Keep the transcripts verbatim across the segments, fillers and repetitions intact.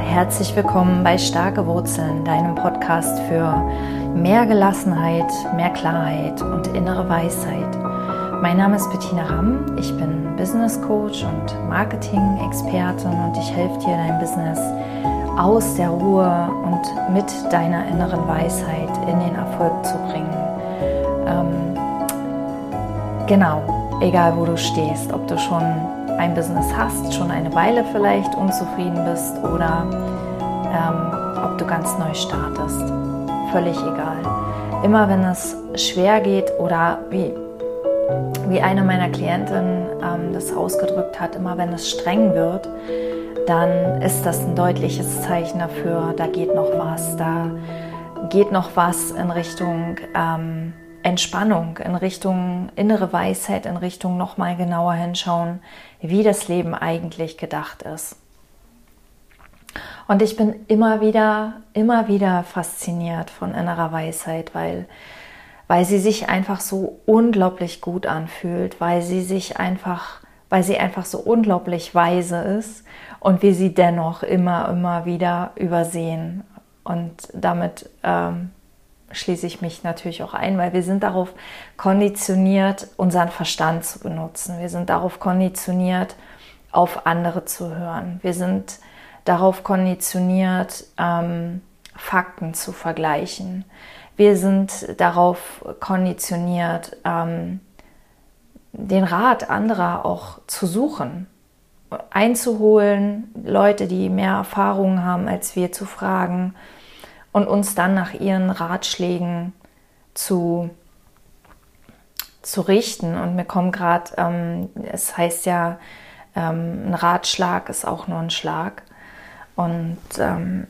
herzlich willkommen bei Starke Wurzeln, deinem Podcast für mehr Gelassenheit, mehr Klarheit und innere Weisheit. Mein Name ist Bettina Ramm, ich bin Business Coach und Marketing-Expertin und ich helfe dir, dein Business aus der Ruhe und mit deiner inneren Weisheit in den Erfolg zu bringen. Ähm, genau, egal wo du stehst, ob du schon ein Business hast, schon eine Weile vielleicht unzufrieden bist oder ähm, ob du ganz neu startest. Völlig egal. Immer wenn es schwer geht oder wie, wie eine meiner Klientinnen ähm, das ausgedrückt hat, immer wenn es streng wird, dann ist das ein deutliches Zeichen dafür, da geht noch was, da geht noch was in Richtung ähm, Entspannung, in Richtung innere Weisheit, in Richtung nochmal genauer hinschauen, wie das Leben eigentlich gedacht ist. Und ich bin immer wieder, immer wieder fasziniert von innerer Weisheit, weil, weil sie sich einfach so unglaublich gut anfühlt, weil sie sich einfach, weil sie einfach so unglaublich weise ist und wir sie dennoch immer, immer wieder übersehen. Und damit ähm, schließe ich mich natürlich auch ein, weil wir sind darauf konditioniert, unseren Verstand zu benutzen. Wir sind darauf konditioniert, auf andere zu hören. Wir sind darauf konditioniert, ähm, Fakten zu vergleichen. Wir sind darauf konditioniert, ähm, den Rat anderer auch zu suchen, einzuholen, Leute, die mehr Erfahrung haben als wir, zu fragen und uns dann nach ihren Ratschlägen zu, zu richten. Und mir kommt gerade, ähm, es heißt ja, ähm, ein Ratschlag ist auch nur ein Schlag. Und ähm,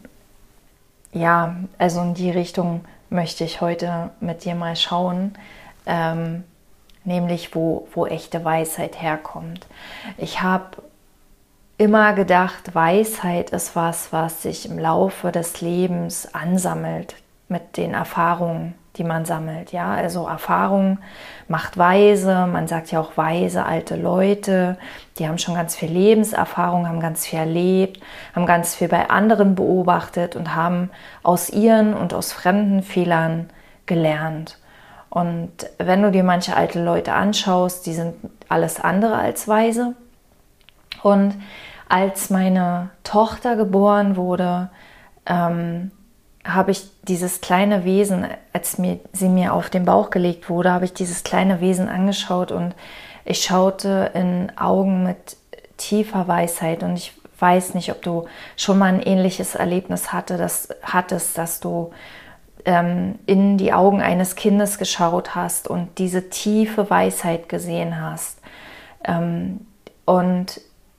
ja, also in die Richtung möchte ich heute mit dir mal schauen, ähm, nämlich wo, wo echte Weisheit herkommt. Ich habe immer gedacht, Weisheit ist was, was sich im Laufe des Lebens ansammelt mit den Erfahrungen, die man sammelt. Ja, also Erfahrung macht weise. Man sagt ja auch weise alte Leute, die haben schon ganz viel Lebenserfahrung, haben ganz viel erlebt, haben ganz viel bei anderen beobachtet und haben aus ihren und aus fremden Fehlern gelernt. Und wenn du dir manche alte Leute anschaust, die sind alles andere als weise. Und als meine Tochter geboren wurde, ähm, habe ich dieses kleine Wesen, als mir, sie mir auf den Bauch gelegt wurde, habe ich dieses kleine Wesen angeschaut und ich schaute in Augen mit tiefer Weisheit. Und ich weiß nicht, ob du schon mal ein ähnliches Erlebnis hatte, das, hattest, dass du ähm, in die Augen eines Kindes geschaut hast und diese tiefe Weisheit gesehen hast. Ähm, und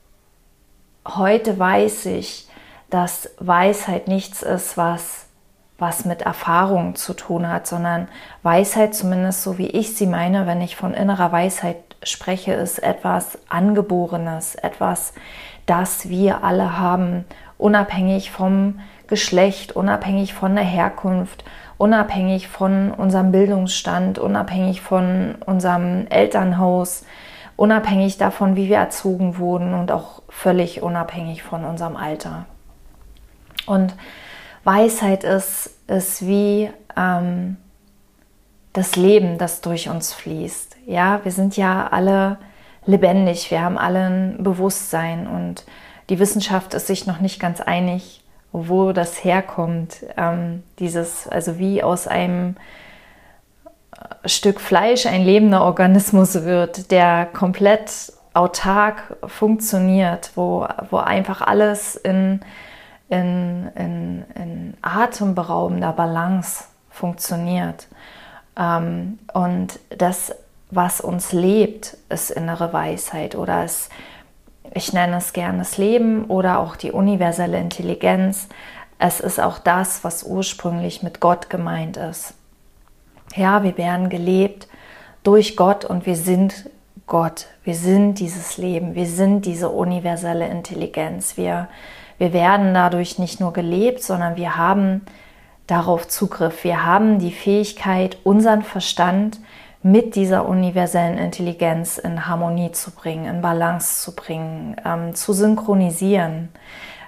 heute weiß ich, dass Weisheit nichts ist, was, was mit Erfahrung zu tun hat, sondern Weisheit, zumindest so wie ich sie meine, wenn ich von innerer Weisheit spreche, ist etwas Angeborenes, etwas, das wir alle haben, unabhängig vom Geschlecht, unabhängig von der Herkunft, unabhängig von unserem Bildungsstand, unabhängig von unserem Elternhaus, unabhängig davon, wie wir erzogen wurden und auch völlig unabhängig von unserem Alter. Und Weisheit ist, ist wie ähm, das Leben, das durch uns fließt. Ja, wir sind ja alle lebendig, wir haben alle ein Bewusstsein und die Wissenschaft ist sich noch nicht ganz einig, wo das herkommt. Ähm, dieses, also wie aus einem Stück Fleisch ein lebender Organismus wird, der komplett autark funktioniert, wo, wo einfach alles in, in, in, in atemberaubender Balance funktioniert. Ähm, und das, was uns lebt, ist innere Weisheit oder es, ich nenne es gerne das Leben oder auch die universelle Intelligenz. Es ist auch das, was ursprünglich mit Gott gemeint ist. Ja, wir werden gelebt durch Gott und wir sind Gott. Wir sind dieses Leben, wir sind diese universelle Intelligenz. Wir, wir werden dadurch nicht nur gelebt, sondern wir haben darauf Zugriff. Wir haben die Fähigkeit, unseren Verstand mit dieser universellen Intelligenz in Harmonie zu bringen, in Balance zu bringen, ähm, zu synchronisieren.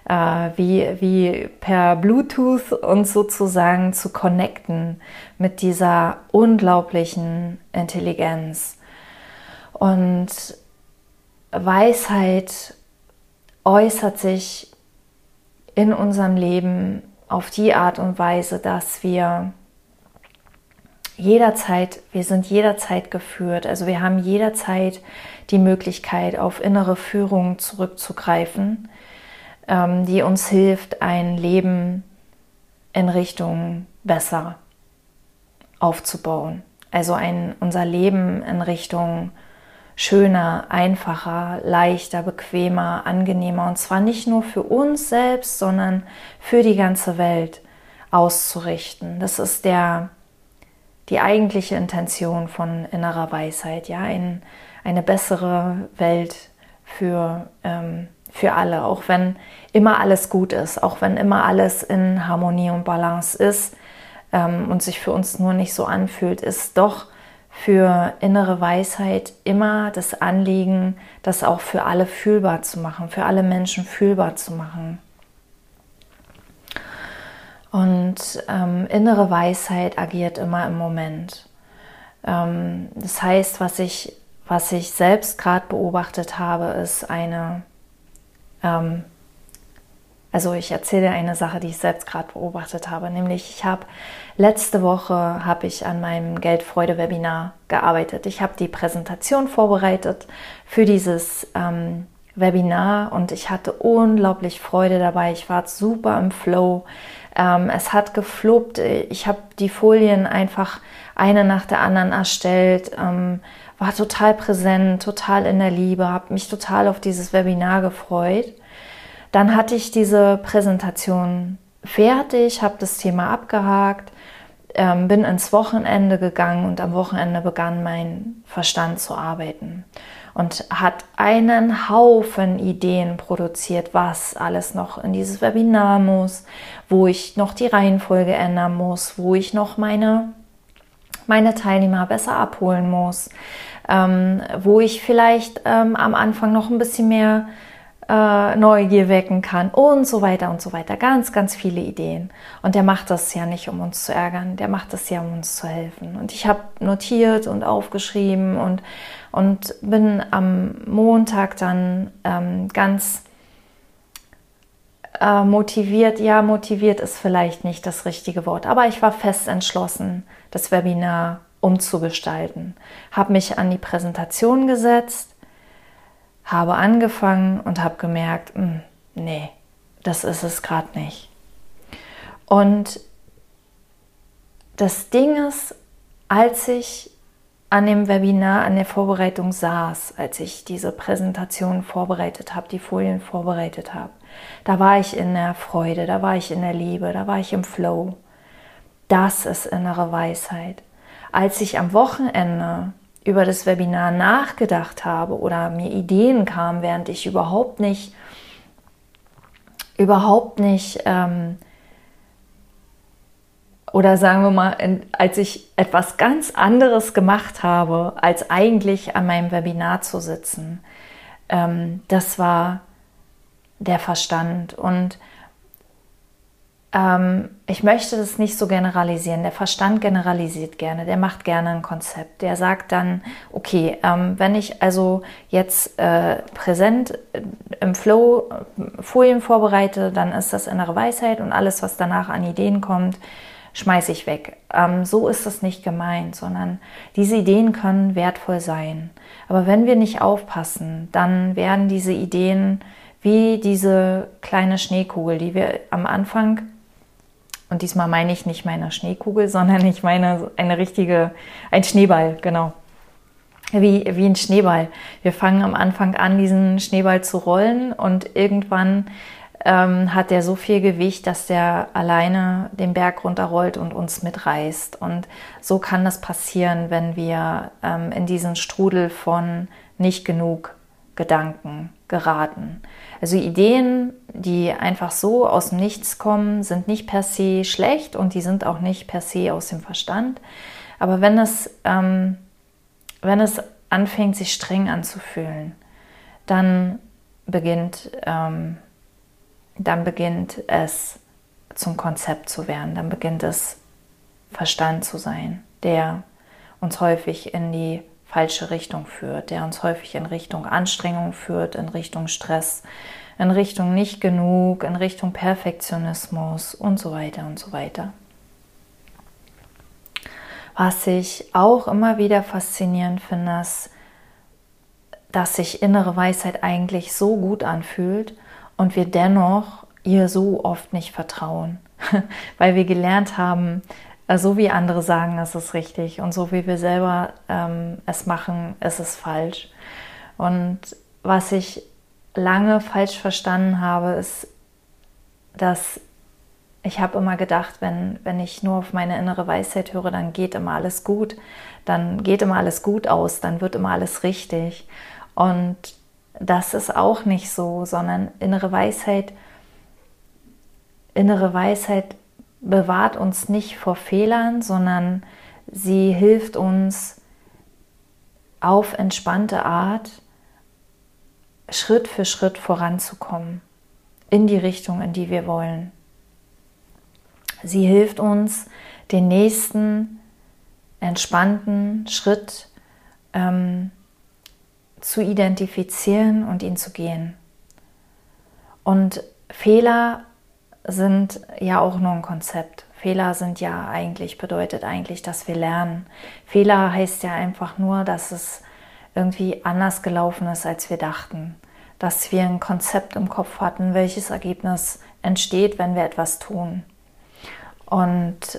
äh, wie, wie per Bluetooth uns sozusagen zu connecten mit dieser unglaublichen Intelligenz. Und Weisheit äußert sich in unserem Leben auf die Art und Weise, dass wir jederzeit, wir sind jederzeit geführt, also wir haben jederzeit die Möglichkeit, auf innere Führung zurückzugreifen, ähm, die uns hilft, ein Leben in Richtung besser aufzubauen. Also ein, unser Leben in Richtung schöner, einfacher, leichter, bequemer, angenehmer, und zwar nicht nur für uns selbst, sondern für die ganze Welt auszurichten. Das ist der die eigentliche Intention von innerer Weisheit, ja, ein, eine bessere Welt für, ähm, für alle, auch wenn immer alles gut ist, auch wenn immer alles in Harmonie und Balance ist ähm, und sich für uns nur nicht so anfühlt, ist doch für innere Weisheit immer das Anliegen, das auch für alle fühlbar zu machen, für alle Menschen fühlbar zu machen. Und ähm, innere Weisheit agiert immer im Moment. Ähm, das heißt, was ich, was ich selbst gerade beobachtet habe, ist eine, ähm, also ich erzähle eine Sache, die ich selbst gerade beobachtet habe, nämlich ich habe letzte Woche habe ich an meinem Geldfreude-Webinar gearbeitet. Ich habe die Präsentation vorbereitet für dieses ähm, Webinar und ich hatte unglaublich Freude dabei. Ich war super im Flow. Ähm, es hat gefluppt. Ich habe die Folien einfach eine nach der anderen erstellt, ähm, war total präsent, total in der Liebe, habe mich total auf dieses Webinar gefreut. Dann hatte ich diese Präsentation fertig, habe das Thema abgehakt, ähm, bin ins Wochenende gegangen und am Wochenende begann mein Verstand zu arbeiten und hat einen Haufen Ideen produziert, was alles noch in dieses Webinar muss, wo ich noch die Reihenfolge ändern muss, wo ich noch meine, meine Teilnehmer besser abholen muss, ähm, wo ich vielleicht ähm, am Anfang noch ein bisschen mehr äh, Neugier wecken kann und so weiter und so weiter. Ganz, ganz viele Ideen. Und der macht das ja nicht, um uns zu ärgern, der macht das ja, um uns zu helfen. Und ich habe notiert und aufgeschrieben und Und bin am Montag dann ähm, ganz äh, motiviert, ja, motiviert ist vielleicht nicht das richtige Wort, aber ich war fest entschlossen, das Webinar umzugestalten. Habe mich an die Präsentation gesetzt, habe angefangen und habe gemerkt, mh, nee, das ist es gerade nicht. Und das Ding ist, als ich an dem Webinar, an der Vorbereitung saß, als ich diese Präsentation vorbereitet habe, die Folien vorbereitet habe. Da war ich in der Freude, da war ich in der Liebe, da war ich im Flow. Das ist innere Weisheit. Als ich am Wochenende über das Webinar nachgedacht habe oder mir Ideen kamen, während ich überhaupt nicht, überhaupt nicht, ähm, oder sagen wir mal, als ich etwas ganz anderes gemacht habe, als eigentlich an meinem Webinar zu sitzen, ähm, das war der Verstand. Und ähm, ich möchte das nicht so generalisieren. Der Verstand generalisiert gerne, der macht gerne ein Konzept. Der sagt dann, okay, ähm, wenn ich also jetzt äh, präsent im Flow Folien vorbereite, dann ist das innere Weisheit und alles, was danach an Ideen kommt, schmeiße ich weg. Ähm, so ist es nicht gemeint, sondern diese Ideen können wertvoll sein. Aber wenn wir nicht aufpassen, dann werden diese Ideen wie diese kleine Schneekugel, die wir am Anfang, und diesmal meine ich nicht meine Schneekugel, sondern ich meine eine richtige, ein Schneeball, genau. Wie, wie ein Schneeball. Wir fangen am Anfang an, diesen Schneeball zu rollen und irgendwann ähm, hat der so viel Gewicht, dass der alleine den Berg runterrollt und uns mitreißt. Und so kann das passieren, wenn wir ähm, in diesen Strudel von nicht genug Gedanken geraten. Also Ideen, die einfach so aus dem Nichts kommen, sind nicht per se schlecht und die sind auch nicht per se aus dem Verstand. Aber wenn es, ähm, wenn es anfängt, sich streng anzufühlen, dann beginnt, ähm, dann beginnt es zum Konzept zu werden, dann beginnt es Verstand zu sein, der uns häufig in die falsche Richtung führt, der uns häufig in Richtung Anstrengung führt, in Richtung Stress, in Richtung nicht genug, in Richtung Perfektionismus und so weiter und so weiter. Was ich auch immer wieder faszinierend finde, ist, dass sich innere Weisheit eigentlich so gut anfühlt und wir dennoch ihr so oft nicht vertrauen, weil wir gelernt haben, so wie andere sagen, ist es richtig und so wie wir selber ähm, es machen, ist es falsch. Und was ich lange falsch verstanden habe, ist, dass ich habe immer gedacht, wenn, wenn ich nur auf meine innere Weisheit höre, dann geht immer alles gut, dann geht immer alles gut aus, dann wird immer alles richtig. Und das ist auch nicht so, sondern innere Weisheit, innere Weisheit bewahrt uns nicht vor Fehlern, sondern sie hilft uns auf entspannte Art Schritt für Schritt voranzukommen in die Richtung, in die wir wollen. Sie hilft uns, den nächsten entspannten Schritt ähm, zu identifizieren und ihn zu gehen. Und Fehler sind ja auch nur ein Konzept. Fehler sind ja eigentlich, bedeutet eigentlich, dass wir lernen. Fehler heißt ja einfach nur, dass es irgendwie anders gelaufen ist, als wir dachten. Dass wir ein Konzept im Kopf hatten, welches Ergebnis entsteht, wenn wir etwas tun. Und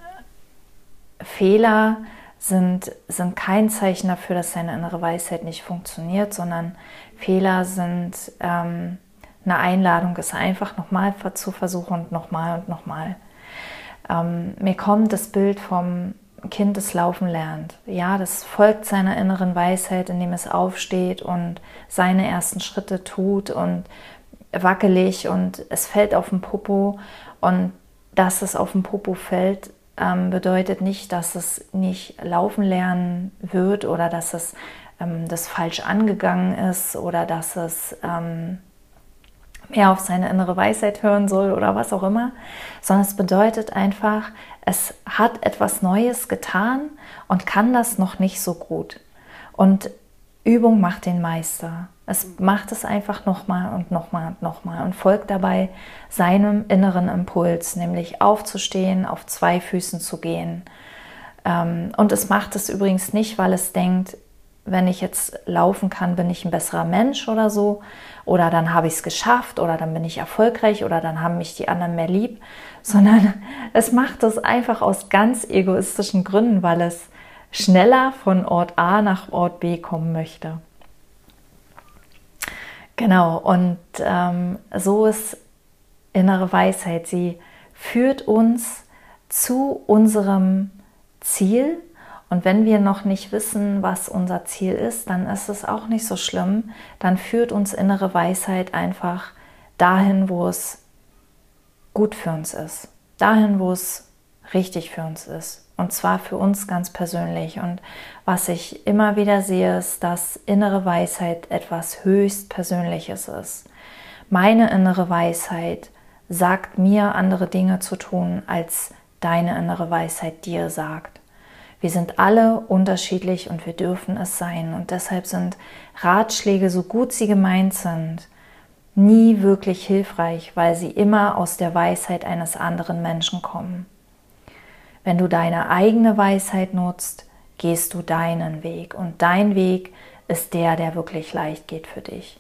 Fehler sind, sind kein Zeichen dafür, dass deine innere Weisheit nicht funktioniert, sondern Fehler sind ähm, eine Einladung, es einfach nochmal zu versuchen und nochmal und nochmal. Ähm, mir kommt das Bild vom Kind, das laufen lernt. Ja, das folgt seiner inneren Weisheit, indem es aufsteht und seine ersten Schritte tut und wackelig und es fällt auf den Popo. Und dass es auf den Popo fällt, ähm, bedeutet nicht, dass es nicht laufen lernen wird oder dass es ähm, das falsch angegangen ist oder dass es ähm, mehr auf seine innere Weisheit hören soll oder was auch immer, sondern es bedeutet einfach, es hat etwas Neues getan und kann das noch nicht so gut. Und Übung macht den Meister. Es macht es einfach nochmal und nochmal und nochmal und folgt dabei seinem inneren Impuls, nämlich aufzustehen, auf zwei Füßen zu gehen. Und es macht es übrigens nicht, weil es denkt, wenn ich jetzt laufen kann, bin ich ein besserer Mensch oder so, oder dann habe ich es geschafft, oder dann bin ich erfolgreich, oder dann haben mich die anderen mehr lieb, sondern es macht es einfach aus ganz egoistischen Gründen, weil es schneller von Ort A nach Ort B kommen möchte. Genau, und ähm, so ist innere Weisheit. Sie führt uns zu unserem Ziel. Und wenn wir noch nicht wissen, was unser Ziel ist, dann ist es auch nicht so schlimm. Dann führt uns innere Weisheit einfach dahin, wo es gut für uns ist. Dahin, wo es richtig für uns ist. Und zwar für uns ganz persönlich. Und was ich immer wieder sehe, ist, dass innere Weisheit etwas höchst Persönliches ist. Meine innere Weisheit sagt mir, andere Dinge zu tun, als deine innere Weisheit dir sagt. Wir sind alle unterschiedlich und wir dürfen es sein. Und deshalb sind Ratschläge, so gut sie gemeint sind, nie wirklich hilfreich, weil sie immer aus der Weisheit eines anderen Menschen kommen. Wenn du deine eigene Weisheit nutzt, gehst du deinen Weg. Und dein Weg ist der, der wirklich leicht geht für dich.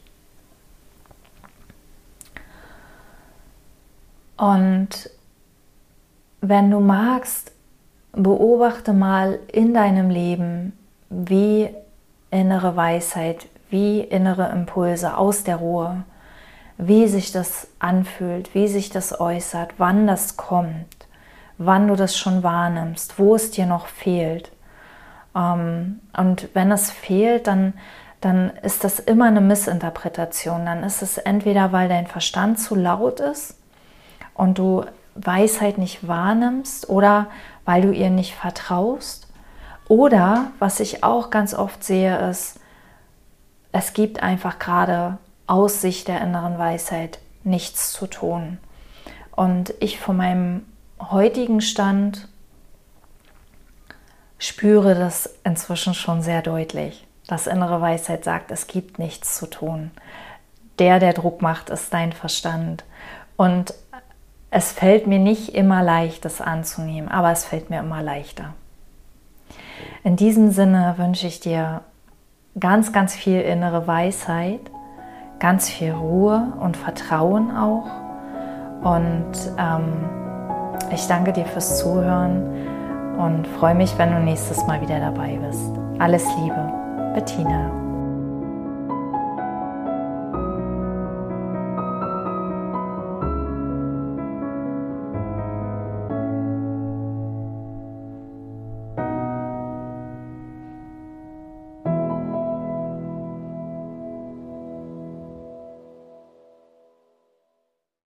Und wenn du magst, beobachte mal in deinem Leben, wie innere Weisheit, wie innere Impulse aus der Ruhe, wie sich das anfühlt, wie sich das äußert, wann das kommt, wann du das schon wahrnimmst, wo es dir noch fehlt. Und wenn es fehlt, dann, dann ist das immer eine Missinterpretation. Dann ist es entweder, weil dein Verstand zu laut ist und du Weisheit nicht wahrnimmst oder weil du ihr nicht vertraust. Oder, was ich auch ganz oft sehe, ist, es gibt einfach gerade aus Sicht der inneren Weisheit nichts zu tun. Und ich von meinem heutigen Stand spüre das inzwischen schon sehr deutlich. Dass innere Weisheit sagt, es gibt nichts zu tun. Der, der Druck macht, ist dein Verstand. Und es fällt mir nicht immer leicht, das anzunehmen, aber es fällt mir immer leichter. In diesem Sinne wünsche ich dir ganz, ganz viel innere Weisheit, ganz viel Ruhe und Vertrauen auch. Und ähm, ich danke dir fürs Zuhören und freue mich, wenn du nächstes Mal wieder dabei bist. Alles Liebe, Bettina.